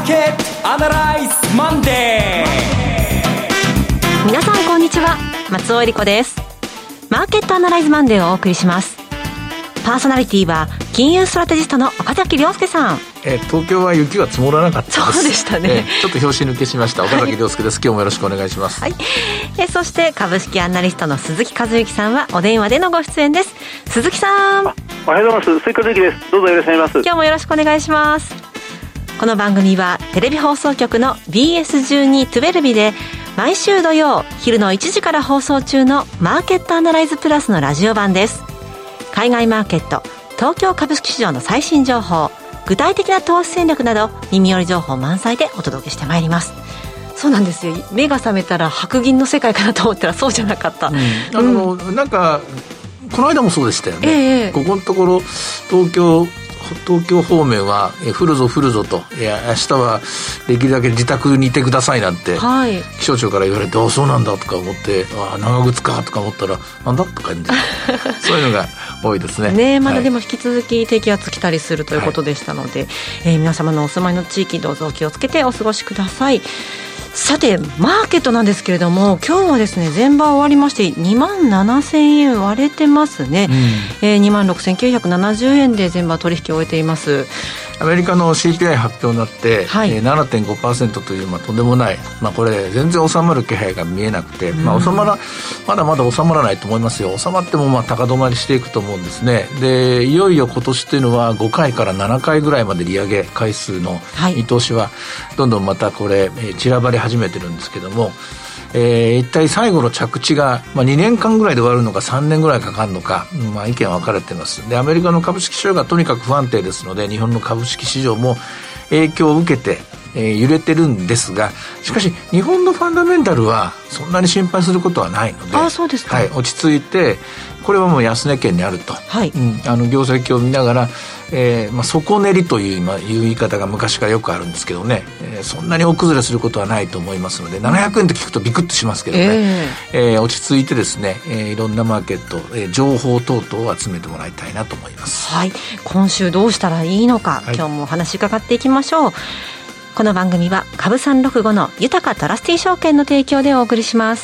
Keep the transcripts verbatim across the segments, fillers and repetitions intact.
ーケットアナライズマンデー。 皆さんこんにちは、松尾恵理子です。マーケットアナライズマンデーをお送りします。パーソナリティは金融ストラテジストの岡崎亮介さん。 え東京は雪が積もらなかったです。 そうでしたね、 えちょっと拍子抜けしました岡崎亮介です、はい、今日もよろしくお願いします、 はい、えそして株式アナリストの鈴木和之さんはお電話でのご出演です。鈴木さん、 おはようございます。鈴木和之です。どうぞよろしくお願いします。 今日もよろしくお願いします。この番組はテレビ放送局の ビーエスじゅうに トゥエルビ で毎週土曜昼のいちじから放送中のマーケットアナライズプラスのラジオ版です。海外マーケット、東京株式市場の最新情報、具体的な投資戦略など耳寄り情報満載でお届けしてまいります。そうなんですよ、目が覚めたら白銀の世界かなと思ったらそうじゃなかった、うん、 あの、うん、なんかこの間もそうでしたよね、えー、ここのところ東京東京方面はえ降るぞ降るぞと、いや明日はできるだけ自宅にいてくださいなんて、はい、気象庁から言われて、あそうなんだとか思って、あ長靴かとか思ったらなんだとかそういうのが多いですね。 ね、まだでも引き続き低気圧来たりするということでしたので、はい、えー、皆様のお住まいの地域どうぞお気をつけてお過ごしください。さてマーケットなんですけれども、今日はですね前場終わりまして にまんななせんえん割れてますね、うん、えー、にまんろくせんきゅうひゃくななじゅうえんで前場取引を終えています。 アメリカの シーピーアイ 発表になって、はい、えー、ななてんごパーセント という、まあ、とんでもない、まあ、これ全然収まる気配が見えなくて、うん、まあ、収まらまだまだ収まらないと思いますよ。収まってもまあ高止まりしていくと思うんですね。でいよいよ今年というのはごかいからななかいぐらいまで利上げ回数の見通しはどんどんまたこれ、えー、散らばり始めてるんですけども、えー、一体最後の着地が、まあ、にねんかんぐらいで終わるのかさんねんぐらいかかるのか、まあ、意見は分かれています。でアメリカの株式市場がとにかく不安定ですので日本の株式市場も影響を受けて、えー、揺れてるんですが、しかし日本のファンダメンタルはそんなに心配することはないので、 あ、そうですか、 はい、落ち着いてこれはもう安値圏にあると、はい、うん、あの業績を見ながら、えーまあ、底練りという、今いう言い方が昔からよくあるんですけどね、えー、そんなに大崩れすることはないと思いますので、ななひゃくえんと聞くとビクッとしますけどね、えーえー、落ち着いてですね、えー、いろんなマーケット、えー、情報等々を集めてもらいたいなと思います。 はい、今週どうしたらいいのか、はい、今日もお話伺っていきましょう。この番組は株さんろくごの豊かトラスティ証券の提供でお送りします。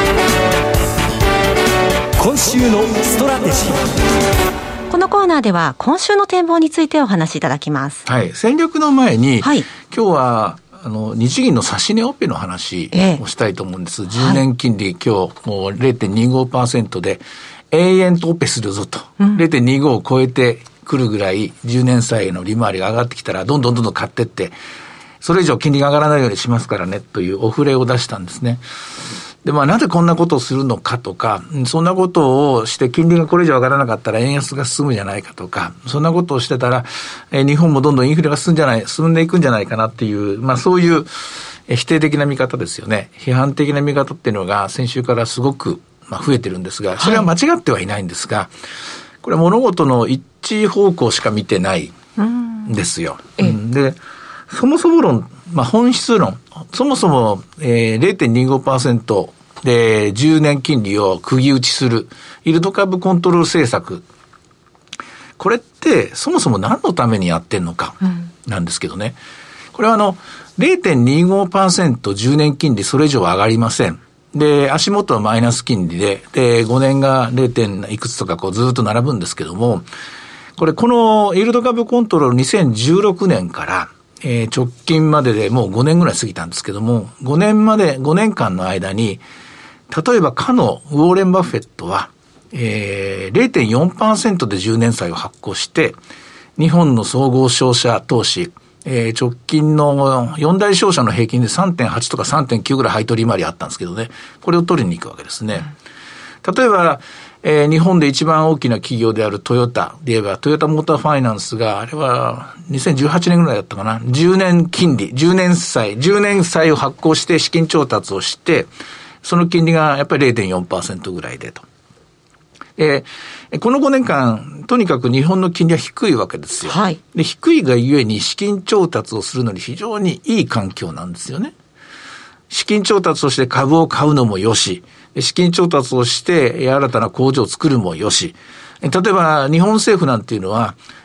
今週のストラテジー。 このコーナーでは今週の展望についてお話しいただきます。 はい、戦略の前に、はい、今日はあの日銀の指値オペの話をしたいと思うんです、ええ、じゅうねん金利、今日もう れいてんにごパーセント で永遠とオペするぞと、うん、れいてんにご を超えてくるぐらいじゅうねん債の利回りが上がってきたらどんどんどんどん買ってって、それ以上金利が上がらないようにしますからねというお触れを出したんですね。で、まあ、なぜこんなことをするのかとか、そんなことをして金利がこれ以上上がらなかったら円安が進むじゃないかとか、そんなことをしてたら、えー、日本もどんどんインフレが進んじゃない、進んでいくんじゃないかなっていう、まあ、そういう否定的な見方ですよね。批判的な見方っていうのが先週からすごく、まあ、増えてるんですが、それは間違ってはいないんですが、これは物事の一致方向しか見てないんですよ。うん、で、そもそも論、まあ、本質論、そもそも、えー、れいてんにごパーセント でじゅうねん金利を釘打ちするイールドカーブコントロール政策、これってそもそも何のためにやってんのかなんですけどね、うん、これはあの れいてんにごパーセント じゅうねん金利それ以上上がりません。で足元はマイナス金利で、でごねんが れい. いくつとかこうずっと並ぶんですけども、これこのイールドカーブコントロールにせんじゅうろくねんからえー、直近まででもうごねんぐらい過ぎたんですけども、ごねんまで、ごねんかんの間に、例えばかのウォーレン・バフェットは、えー、れいてんよんパーセント でじゅうねん債を発行して、日本の総合商社投資、えー、直近のよん大商社の平均で さんてんはち とか さんてんきゅう ぐらい配当利回りあったんですけどね、これを取りに行くわけですね。うん、例えば、えー、日本で一番大きな企業であるトヨタで言えば、トヨタモーターファイナンスが、あれはにせんじゅうはちねんぐらいだったかな、じゅうねん金利、じゅうねん債、じゅうねん債を発行して資金調達をして、その金利がやっぱり れいてんよんパーセント ぐらいでと。えー、このごねんかん、とにかく日本の金利は低いわけですよ。はい。で、低いがゆえに資金調達をするのに非常にいい環境なんですよね。資金調達をして株を買うのもよし、資金調達をして新たな工場を作るもよし、例えば日本政府なんていうのは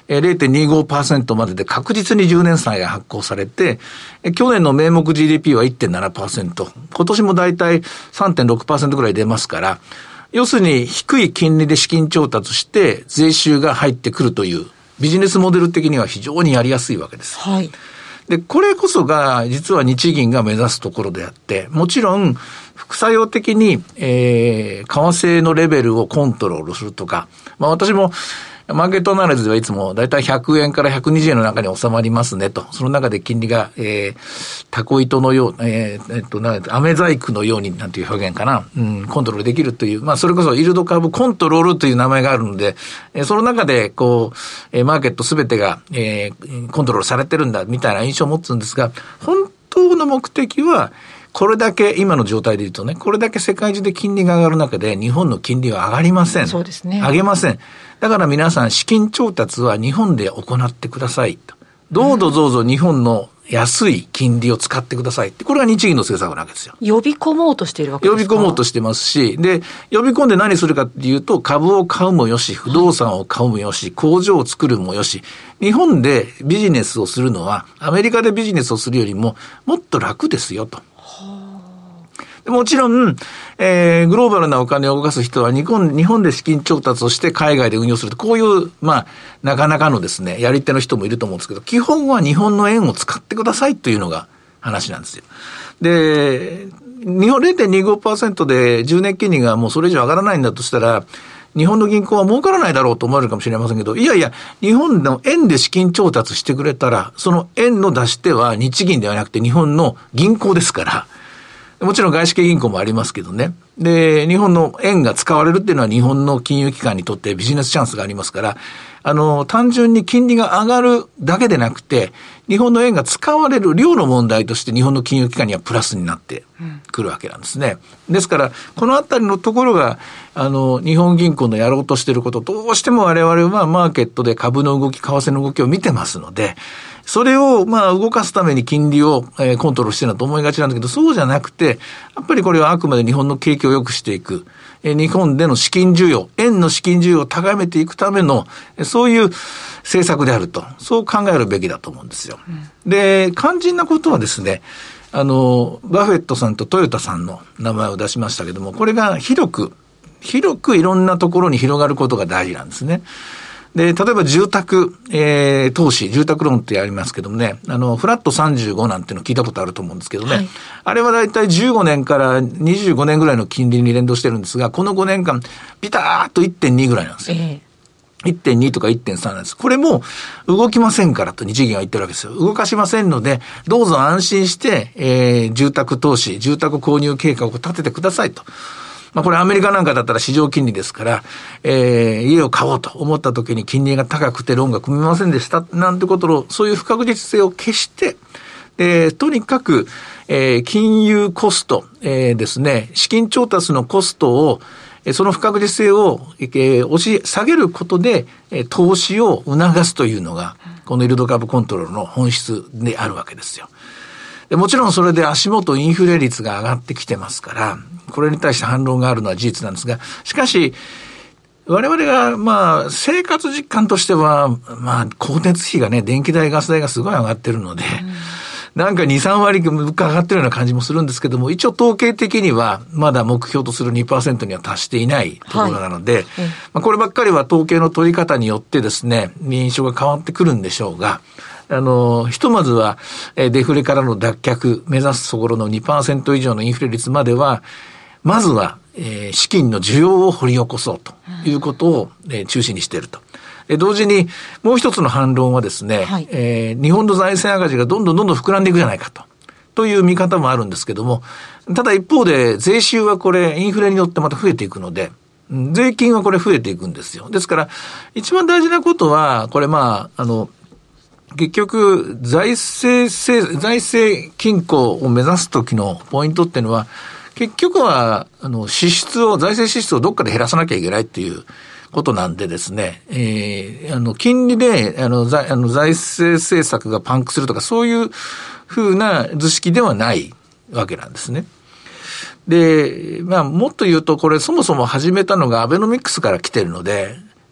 ゼロてんにごパーセント までで確実にじゅうねん債が発行されて、去年の名目 ジーディーピー は いってんななパーセント、今年もだいたい さんてんろくパーセント ぐらい出ますから、要するに低い金利で資金調達して税収が入ってくるというビジネスモデル的には非常にやりやすいわけです。 はい。 で、これこそが実は日銀が目指すところであって、もちろん副作用的に、えー、為替のレベルをコントロールするとか、まあ私もマーケットアナライズではいつもだいたいひゃくえんからひゃくにじゅうえんの中に収まりますねと。その中で金利が、えー、タコ糸のよう、えー、えっと、な、飴細工のようになんていう表現かな。うん、コントロールできるという、まあそれこそイールドカーブコントロールという名前があるので、えー、その中でこう、えー、マーケットすべてが、えー、コントロールされてるんだみたいな印象を持つんですが、本当の目的は、これだけ、今の状態で言うとね、これだけ世界中で金利が上がる中で、日本の金利は上がりません。 そうですね。 上げません。だから皆さん、資金調達は日本で行ってくださいと。どうぞどうぞ日本の安い金利を使ってくださいって。これが日銀の政策なわけですよ。 呼び込もうとしているわけですか？ 呼び込もうとしてますし、で、呼び込んで何するかっていうと、株を買うもよし、不動産を買うもよし、工場を作るもよし、日本でビジネスをするのは、アメリカでビジネスをするよりも、もっと楽ですよと。もちろん、えー、グローバルなお金を動かす人は日本、日本で資金調達をして海外で運用すると、こういう、まあ、なかなかのですね、やり手の人もいると思うんですけど、基本は日本の円を使ってくださいというのが話なんですよ。で、日本 ゼロてんにごパーセント でじゅうねん金利がもうそれ以上上がらないんだとしたら、日本の銀行は儲からないだろうと思われるかもしれませんけど、いやいや、日本の円で資金調達してくれたら、その円の出し手は日銀ではなくて日本の銀行ですから、もちろん外資系銀行もありますけどね。で、日本の円が使われるっていうのは日本の金融機関にとってビジネスチャンスがありますから、あの、単純に金利が上がるだけでなくて、日本の円が使われる量の問題として日本の金融機関にはプラスになってくるわけなんですね。ですから、このあたりのところが、あの、日本銀行のやろうとしていること、どうしても我々はマーケットで株の動き、為替の動きを見てますので、それを、まあ、動かすために金利を、えー、コントロールしてるなと思いがちなんだけど、そうじゃなくて、やっぱりこれはあくまで日本の景気を良くしていく、えー、日本での資金需要、円の資金需要を高めていくための、そういう政策であると、そう考えるべきだと思うんですよ。うん、で、肝心なことはですね、あの、バフェットさんとトヨタさんの名前を出しましたけども、これが広く、広くいろんなところに広がることが大事なんですね。で、例えば住宅、えー、投資、住宅ローンってありますけどもね、あの、フラットさんじゅうごなんていうの聞いたことあると思うんですけどね、はい、あれはだいたいじゅうごねんからにじゅうごねんぐらいの金利に連動してるんですが、このごねんかん、ビターっと いってんに ぐらいなんですよ。えー、いってんに とか いってんさん なんです。これも動きませんからと日銀は言ってるわけですよ。動かしませんので、どうぞ安心して、えー、住宅投資、住宅購入計画を立ててくださいと。まあこれアメリカなんかだったら市場金利ですから、えー、家を買おうと思った時に金利が高くてローンが組めませんでしたなんてことの、そういう不確実性を消して、で、とにかく、えー、金融コスト、えー、ですね、資金調達のコストを、その不確実性を、えー、押し下げることで、えー、投資を促すというのが、このイールドカーブコントロールの本質であるわけですよ。でもちろんそれで足元インフレ率が上がってきてますから、これに対して反論があるのは事実なんですが、しかし、我々が、まあ、生活実感としては、まあ、光熱費がね、電気代、ガス代がすごい上がってるので、うん、なんかに、さんわり物価上がってるような感じもするんですけども、一応統計的には、まだ目標とする にパーセント には達していないところなので、はい、まあ、こればっかりは統計の取り方によってですね、印象が変わってくるんでしょうが、あの、ひとまずは、えー、デフレからの脱却、目指すところの にパーセント 以上のインフレ率までは、まずは、えー、資金の需要を掘り起こそうということを、えー、中心にしていると。で、同時に、もう一つの反論はですね、はい、えー、日本の財政赤字がどんどんどんどん膨らんでいくじゃないかと。という見方もあるんですけども、ただ一方で、税収はこれ、インフレによってまた増えていくので、税金はこれ増えていくんですよ。ですから、一番大事なことは、これまあ、あの、結局、財政、財政均衡を目指すときのポイントっていうのは、結局は、あの、支出を、財政支出をどっかで減らさなきゃいけないっていうことなんでですね、えー、あの、金利で、あの、財、あの、財政政策がパンクするとか、そういう風な図式ではないわけなんですね。で、まあ、もっと言うと、これそもそも始めたのがアベノミクスから来てるので、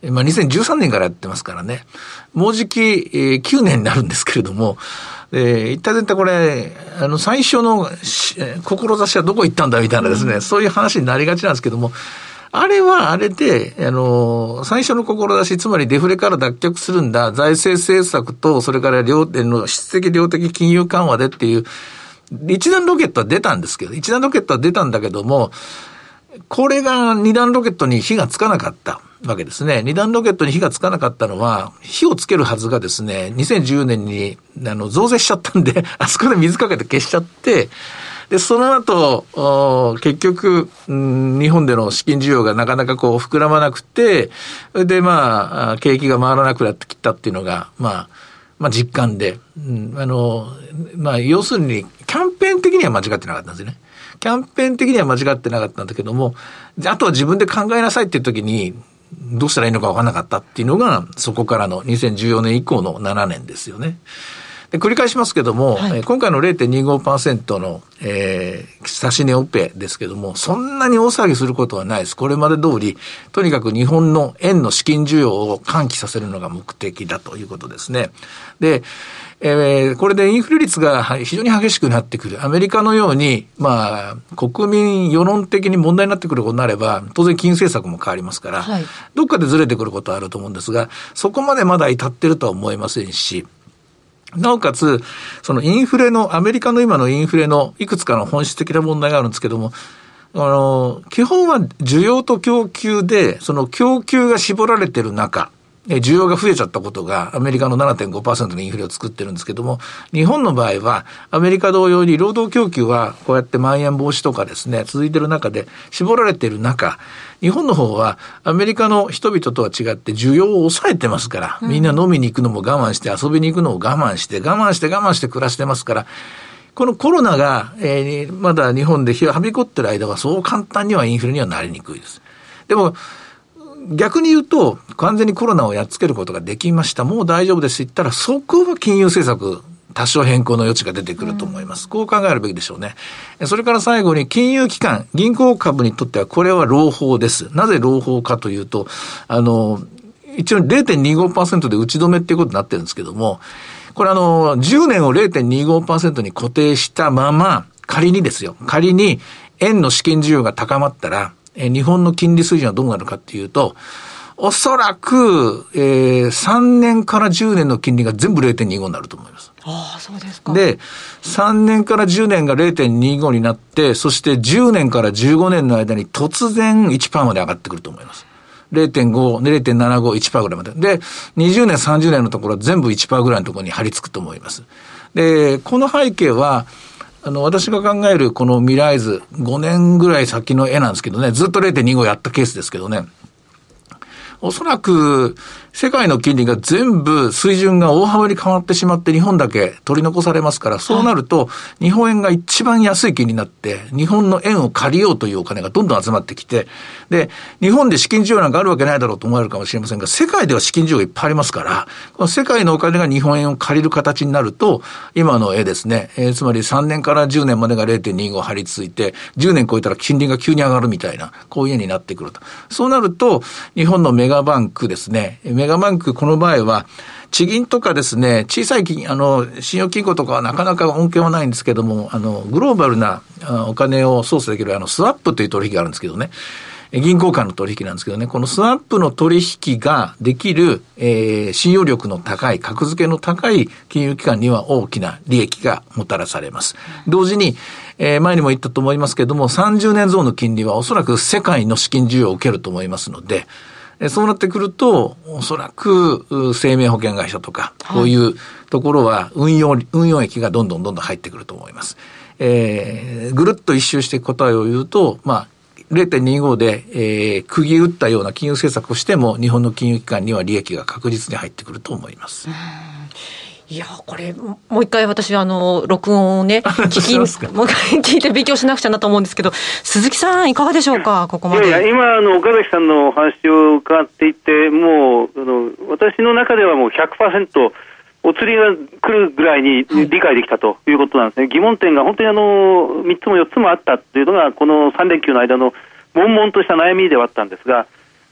まあ、にせんじゅうさんねんからやってますからね。もうじき、えー、きゅうねんになるんですけれども、えー、一体全体これ、あの、最初の志はどこ行ったんだみたいなですね、うん、そういう話になりがちなんですけども、あれはあれで、あの、最初の志、つまりデフレから脱却するんだ、財政政策と、それから量の質的量的金融緩和でっていう、一段ロケットは出たんですけど、一段ロケットは出たんだけども、これが二段ロケットに火がつかなかったわけですね。二段ロケットに火がつかなかったのは、火をつけるはずがですね、にせんじゅうねんにあの増税しちゃったんで、あそこで水かけて消しちゃって、で、その後、結局、うん、日本での資金需要がなかなかこう膨らまなくて、で、まあ、景気が回らなくなってきたっていうのが、まあ、まあ実感で、うん、あの、まあ、要するに、キャンペーン的には間違ってなかったんですよね。キャンペーン的には間違ってなかったんだけども、あとは自分で考えなさいっていう時に、どうしたらいいのか分からなかったっていうのが、そこからのにせんじゅうよねん以降のななねんですよね。で繰り返しますけども、はい、今回の れいてんにじゅうごパーセント の、えー、指値オペですけども、そんなに大騒ぎすることはないです。これまで通り、とにかく日本の円の資金需要を喚起させるのが目的だということですね。で、えー、これでインフレ率が非常に激しくなってくる。アメリカのように、まあ、国民世論的に問題になってくることになれば、当然金融政策も変わりますから、はい、どっかでずれてくることはあると思うんですが、そこまでまだ至ってるとは思いませんし、なおかつ、そのインフレの、アメリカの今のインフレのいくつかの本質的な問題があるんですけども、あの、基本は需要と供給で、その供給が絞られている中、需要が増えちゃったことがアメリカの ななてんごパーセント のインフレを作ってるんですけども、日本の場合はアメリカ同様に労働供給はこうやってまん延防止とかですね、続いている中で絞られている中、日本の方はアメリカの人々とは違って需要を抑えてますから、みんな飲みに行くのも我慢して遊びに行くのを我慢して我慢して我慢して暮らしてますから、このコロナが、えー、まだ日本ではびこってる間はそう簡単にはインフレにはなりにくいです。でも逆に言うと、完全にコロナをやっつけることができました。もう大丈夫ですって言ったら、そこは金融政策、多少変更の余地が出てくると思います。うん、こう考えるべきでしょうね。それから最後に、金融機関、銀行株にとってはこれは朗報です。なぜ朗報かというと、あの、一応 れいてんにじゅうごパーセント で打ち止めっていうことになってるんですけども、これあの、じゅうねんを れいてんにじゅうごパーセント に固定したまま、仮にですよ、仮に円の資金需要が高まったら、日本の金利水準はどうなるかっていうと、おそらく、えー、さんねんからじゅうねんの金利が全部 れいてんにじゅうご になると思います。 ああ、そうですか。 で、さんねんからじゅうねんが れいてんにじゅうご になって、そしてじゅうねんからじゅうごねんの間に突然 いちパーセント まで上がってくると思います。れいてんご、れいてんななご、いちパーセント ぐらいまで。で、にじゅうねん、さんじゅうねんのところは全部 いちパーセント ぐらいのところに張り付くと思います。で、この背景は、あの、私が考えるこの未来図、ごねんぐらい先の絵なんですけどね、ずっと れいてんにじゅうご やったケースですけどね、おそらく世界の金利が全部水準が大幅に変わってしまって日本だけ取り残されますから、そうなると日本円が一番安い金利になって日本の円を借りようというお金がどんどん集まってきて、で、日本で資金需要なんかあるわけないだろうと思われるかもしれませんが、世界では資金需要いっぱいありますから、この世界のお金が日本円を借りる形になると、今の絵ですね、えー、つまりさんねんからじゅうねんまでが れいてんにじゅうご 張り付いて、じゅうねん超えたら金利が急に上がるみたいな、こういう絵になってくると。そうなると、日本のメガバンクですね、メガバンクこの場合は、地銀とかですね、小さい金、あの、信用金庫とかはなかなか恩恵はないんですけども、あの、グローバルなお金を操作できるあの、スワップという取引があるんですけどね、銀行間の取引なんですけどね、このスワップの取引ができる、えー、信用力の高い、格付けの高い金融機関には大きな利益がもたらされます。同時に、えー、前にも言ったと思いますけども、さんじゅうねん増の金利はおそらく世界の資金需要を受けると思いますので、そうなってくると、おそらく生命保険会社とか、こういうところは運用、運用益がどんどんどんどん入ってくると思います。えー、ぐるっと一周して答えを言うと、まあ、れいてんにじゅうご で、えー、釘打ったような金融政策をしても、日本の金融機関には利益が確実に入ってくると思います。 いやこれもう一回私あの録音をね聞きもう一回聞いて勉強しなくちゃなと思うんですけど、鈴木さんいかがでしょうか。ここまで。 いやいや、今あの岡崎さんのお話を伺っていて、もうあの私の中ではもう ひゃくパーセント お釣りが来るぐらいに理解できたということなんですね、はい、疑問点が本当にあのみっつもよっつもあったというのがこのさん連休の間の悶々とした悩みではあったんですが、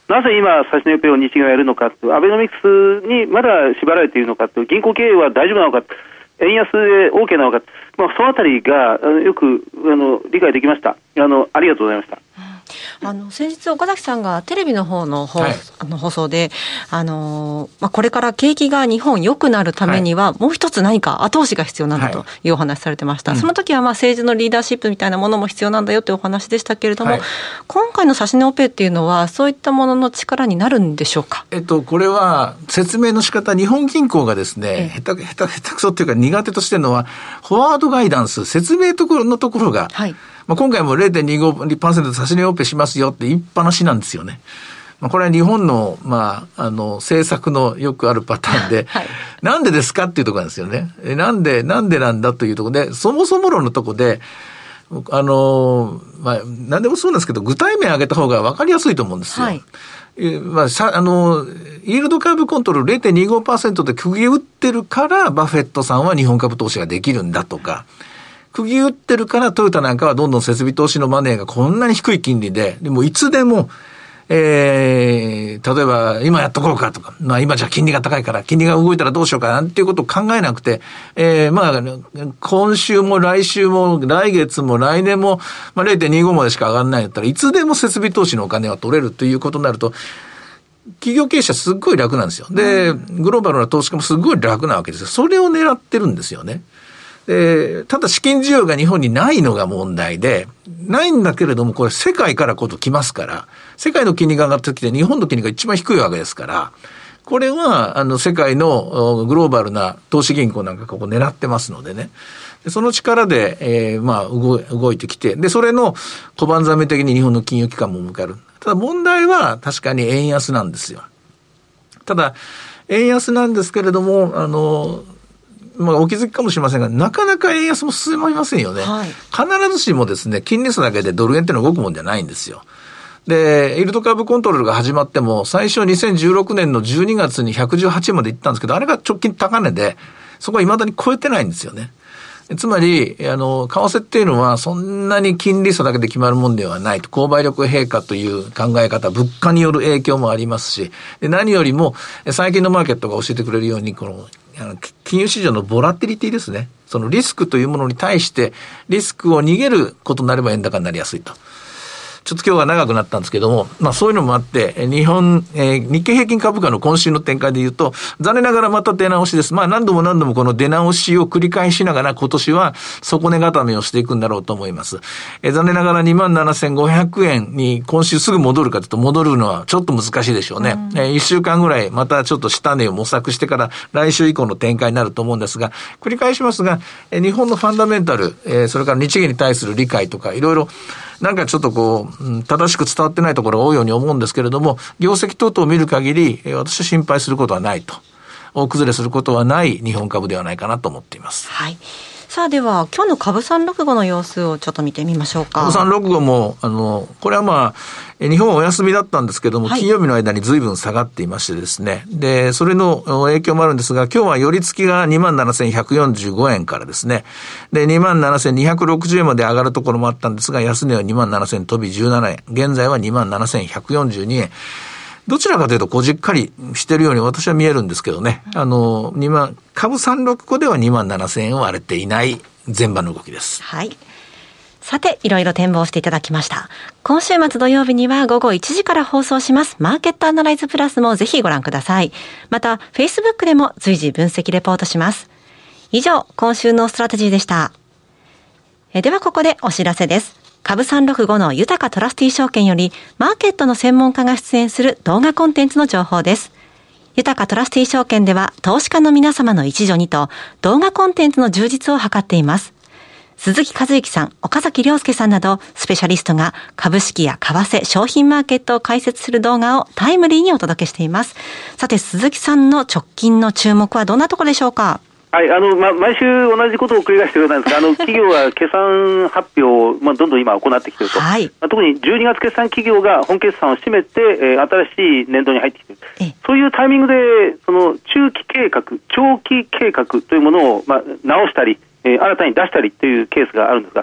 なぜ今、指値オペを日銀がやるのかと、アベノミクスにまだ縛られているのかと、銀行経営は大丈夫なのか、円安で OK なのか、まあ、そのあたりがよくあの理解できました。あのありがとうございました。 あの先日岡崎さんがテレビの方の放、はい、あの放送で、あのーまあ、これから景気が日本良くなるためには、はい、もう一つ何か後押しが必要なんだというお話されてました、はい、その時はまあ政治のリーダーシップみたいなものも必要なんだよというお話でしたけれども、はい、今回の指値オペっていうのはそういったものの力になるんでしょうか。 えっと、これは説明の仕方、日本銀行がですね、下手、下手、下手くそっていうか苦手としてるのはフォワードガイダンス、説明ところのところが、はい、まあ、今回も ゼロてんにごパーセント 指値オペしますよって言いっぱなしなんですよね。まあ、これは日本の、まあ、あの、政策のよくあるパターンで、はい、なんでですかっていうところなんですよね。え、なんで、なんでなんだというところで、そもそも論のところで、あの、まあ、なんでもそうなんですけど、具体名挙げた方が分かりやすいと思うんですよ。はい、まあ、さ、あの、イールドカーブコントロール ゼロてんにごパーセント で釘打ってるから、バフェットさんは日本株投資ができるんだとか、釘打ってるからトヨタなんかはどんどん設備投資のマネーがこんなに低い金利で、でもいつでも、えー、例えば今やっとこうかとか、まあ今じゃ金利が高いから金利が動いたらどうしようかなんていうことを考えなくて、えー、まあ今週も来週も来月も来年も、まあ ゼロてんにご までしか上がらないんだったらいつでも設備投資のお金は取れるということになると、企業経営者すっごい楽なんですよ。で、グローバルな投資家もすっごい楽なわけですよ。それを狙ってるんですよね。で、ただ資金需要が日本にないのが問題で、ないんだけれども、これ世界からこと来ますから、世界の金利が上がった時で日本の金利が一番低いわけですから、これは、あの、世界のグローバルな投資銀行なんかここ狙ってますのでね。でその力で、えー、まあ動い、動いてきて、で、それの小判ざめ的に日本の金融機関も向かる。ただ問題は確かに円安なんですよ。ただ、円安なんですけれども、あの、まあ、お気づきかもしれませんが、なかなか円安も進みませんよね。はい、必ずしもですね、金利差だけでドル円っていうのは動くもんじゃないんですよ。で、イールドカーブコントロールが始まっても、最初にせんじゅうろくねんのじゅうにがつにひゃくじゅうはちえんまで行ったんですけど、あれが直近高値で、そこは未だに超えてないんですよね。つまり、あの、為替っていうのはそんなに金利差だけで決まるもんではないと。購買力陛下という考え方、物価による影響もありますし、で何よりも最近のマーケットが教えてくれるように、この、あの金融市場のボラティリティですね。そのリスクというものに対してリスクを逃げることになれば円高になりやすいと。ちょっと今日は長くなったんですけども、まあそういうのもあって、日本、えー、日経平均株価の今週の展開で言うと、残念ながらまた出直しです。まあ何度も何度もこの出直しを繰り返しながら今年は底値固めをしていくんだろうと思います。えー、残念ながら にまんななせんごひゃくえんに今週すぐ戻るかというと戻るのはちょっと難しいでしょうね。うん、えー、いっしゅうかんぐらいまたちょっと下値を模索してから来週以降の展開になると思うんですが、繰り返しますが、えー、日本のファンダメンタル、えー、それから日銀に対する理解とかいろいろなんかちょっとこう、正しく伝わってないところが多いように思うんですけれども、業績等々を見る限り、私は心配することはないと。大崩れすることはない日本株ではないかなと思っています。 はい。さあでは、今日の株さんろくごの様子をちょっと見てみましょうか。 株さんろくごも、あの、これはまあ、日本はお休みだったんですけども、はい、金曜日の間に随分下がっていましてですね。で、それの影響もあるんですが、今日は寄り付きが にまんななせんひゃくよんじゅうごえんからですね。で、にまんななせんにひゃくろくじゅうえんまで上がるところもあったんですが、安値は にまんななせん飛びじゅうななえん。現在は にまんななせんひゃくよんじゅうにえん。どちらかというと、こじっかりしてるように私は見えるんですけどね。あの、にまん、株さんろくごでは にまんななせんえんを割れていない前場の動きです。 はい。さて、いろいろ展望していただきました。今週末土曜日には午後いちじから放送しますマーケットアナライズプラスもぜひご覧ください。また、Facebook でも随時分析レポートします。以上、今週のストラテジーでした。えではここでお知らせです。株さんろくごの豊かトラスティ証券よりマーケットの専門家が出演する動画コンテンツの情報です。豊かトラスティ証券では投資家の皆様の一助にと動画コンテンツの充実を図っています。鈴木和之さん、岡崎亮介さんなどスペシャリストが株式や為替、商品マーケットを解説する動画をタイムリーにお届けしています。さて鈴木さんの直近の注目はどんなところでしょうか？ はい、あの、ま、毎週同じことを繰り返しているようなんですが、あの、企業は決算発表を、まあ、どんどん今行ってきていると。はい。まあ、特にじゅうにがつ決算企業が本決算を占めて、えー、新しい年度に入ってきている。そういうタイミングで、その、中期計画、長期計画というものを、まあ、直したり、えー、新たに出したりというケースがあるんですが、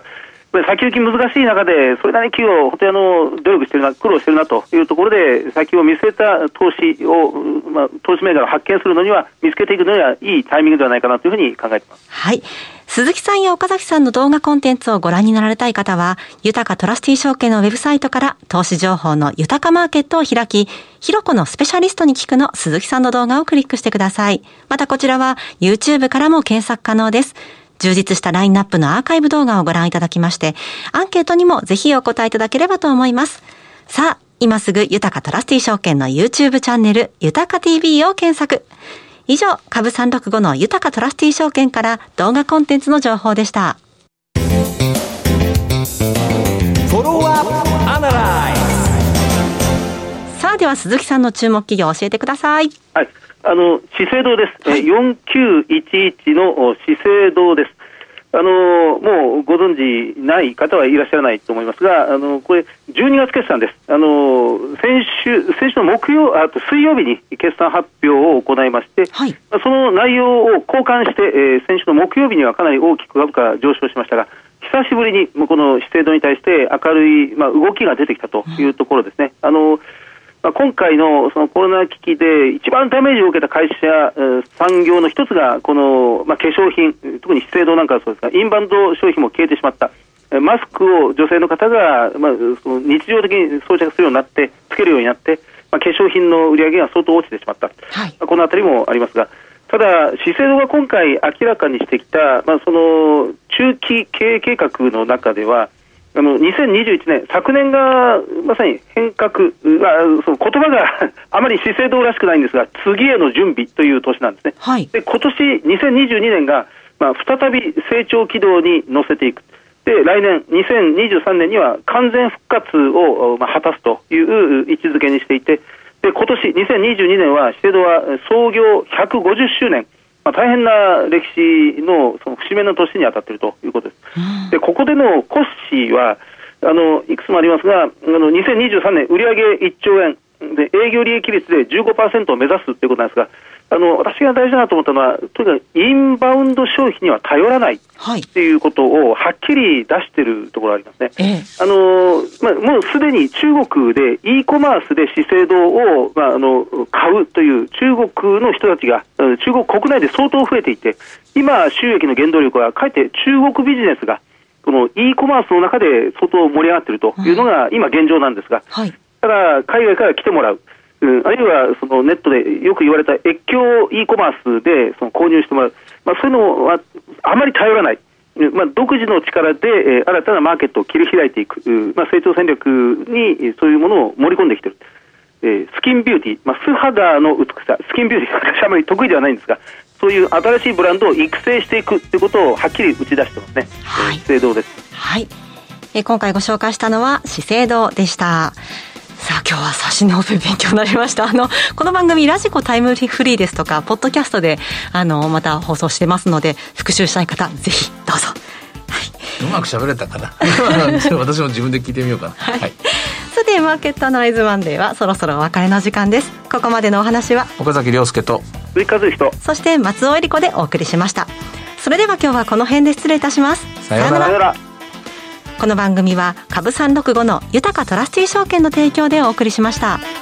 先行き難しい中で、それなりに企業、本当にあの努力してるな、苦労してるなというところで、先を見据えた投資を、まあ、投資銘柄を発見するのには、見つけていくのにはいいタイミングではないかなというふうに考えています。 はい。鈴木さんや岡崎さんの動画コンテンツをご覧になられたい方は、豊かトラスティ証券のウェブサイトから投資情報の豊かマーケットを開き、ひろこのスペシャリストに聞くの鈴木さんの動画をクリックしてください。またこちらは YouTube からも検索可能です。充実したラインナップのアーカイブ動画をご覧いただきまして、アンケートにもぜひお答えいただければと思います。さあ、今すぐ豊かトラスティ証券の YouTube チャンネル、豊か ティーブイ を検索。以上、株さんろくごの豊かトラスティ証券から動画コンテンツの情報でした。さあ、では鈴木さんの注目企業を教えてください。 はい。あの、資生堂です。はい、よんきゅういちいちの資生堂です。あの、もうご存知ない方はいらっしゃらないと思いますが、あの、これ、じゅうにがつ決算です。あの、先週、先週の木曜、あと水曜日に決算発表を行いまして、はい、その内容を交換して、えー、先週の木曜日にはかなり大きく株価上昇しましたが、久しぶりにこの資生堂に対して明るい、まあ、動きが出てきたというところですね。あの、まあ、今回のそのコロナ危機で一番ダメージを受けた会社、産業の一つがこの、まあ、化粧品、特に資生堂なんかはそうですが、インバウンド消費も消えてしまった。マスクを女性の方が、まあ、その日常的に装着するようになって、つけるようになって、まあ、化粧品の売り上げが相当落ちてしまった。はい、まあ、このあたりもありますが、ただ、資生堂が今回明らかにしてきた、まあ、その中期経営計画の中では、あのにせんにじゅういちねん、昨年がまさに変革、まあ、その言葉があまり資生堂らしくないんですが、次への準備という年なんですね。はい、で今年にせんにじゅうにねんが、まあ、再び成長軌道に乗せていく。で来年にせんにじゅうさんねんには完全復活を、まあ、果たすという位置づけにしていて、で今年にせんにじゅうにねんは資生堂は創業ひゃくごじゅっしゅうねん、まあ、大変な歴史 の, その節目の年に当たっているということです。でここでのコスシはあのいくつもありますが、あのにせんにじゅうさんねん売上いっちょうえんで営業利益率で じゅうごパーセント を目指すということなんですが、あの私が大事だなと思ったのは、とにかくインバウンド消費には頼らないということをはっきり出しているところがありますね。ええ、あのまあ、もうすでに中国で e コマースで資生堂を、まあ、あの買うという中国の人たちが中国国内で相当増えていて、今収益の原動力はかえって中国ビジネスがこの e コマースの中で相当盛り上がっているというのが今現状なんですが、はい、ただ海外から来てもらう、うん、あるいはそのネットでよく言われた越境 e コマースでその購入してもらう、まあ、そういうのはあまり頼らない、まあ、独自の力で、えー、新たなマーケットを切り開いていく、まあ、成長戦略にそういうものを盛り込んできている。えー、スキンビューティー、まあ、素肌の美しさ、スキンビューティーは私あまり得意ではないんですが、そういう新しいブランドを育成していくということをはっきり打ち出してますね。はい、資生堂です。 はい。えー、今回ご紹介したのは資生堂でした。さあ今日は差しのべ勉強になりました。あのこの番組ラジコタイムフリーですとかポッドキャストであのまた放送してますので、復習したい方ぜひどうぞ。はい、 うまく喋れたかな私も自分で聞いてみようかな。はい、はい、 さてマーケットアナライズマンデーはそろそろお別れの時間です。ここまでのお話は岡崎亮介と鈴木和之とそして松尾恵理子でお送りしました。それでは今日はこの辺で失礼いたします。 さようなら。 さようなら。 この番組は株さんろくごの豊かトラスティ証券の提供でお送りしました。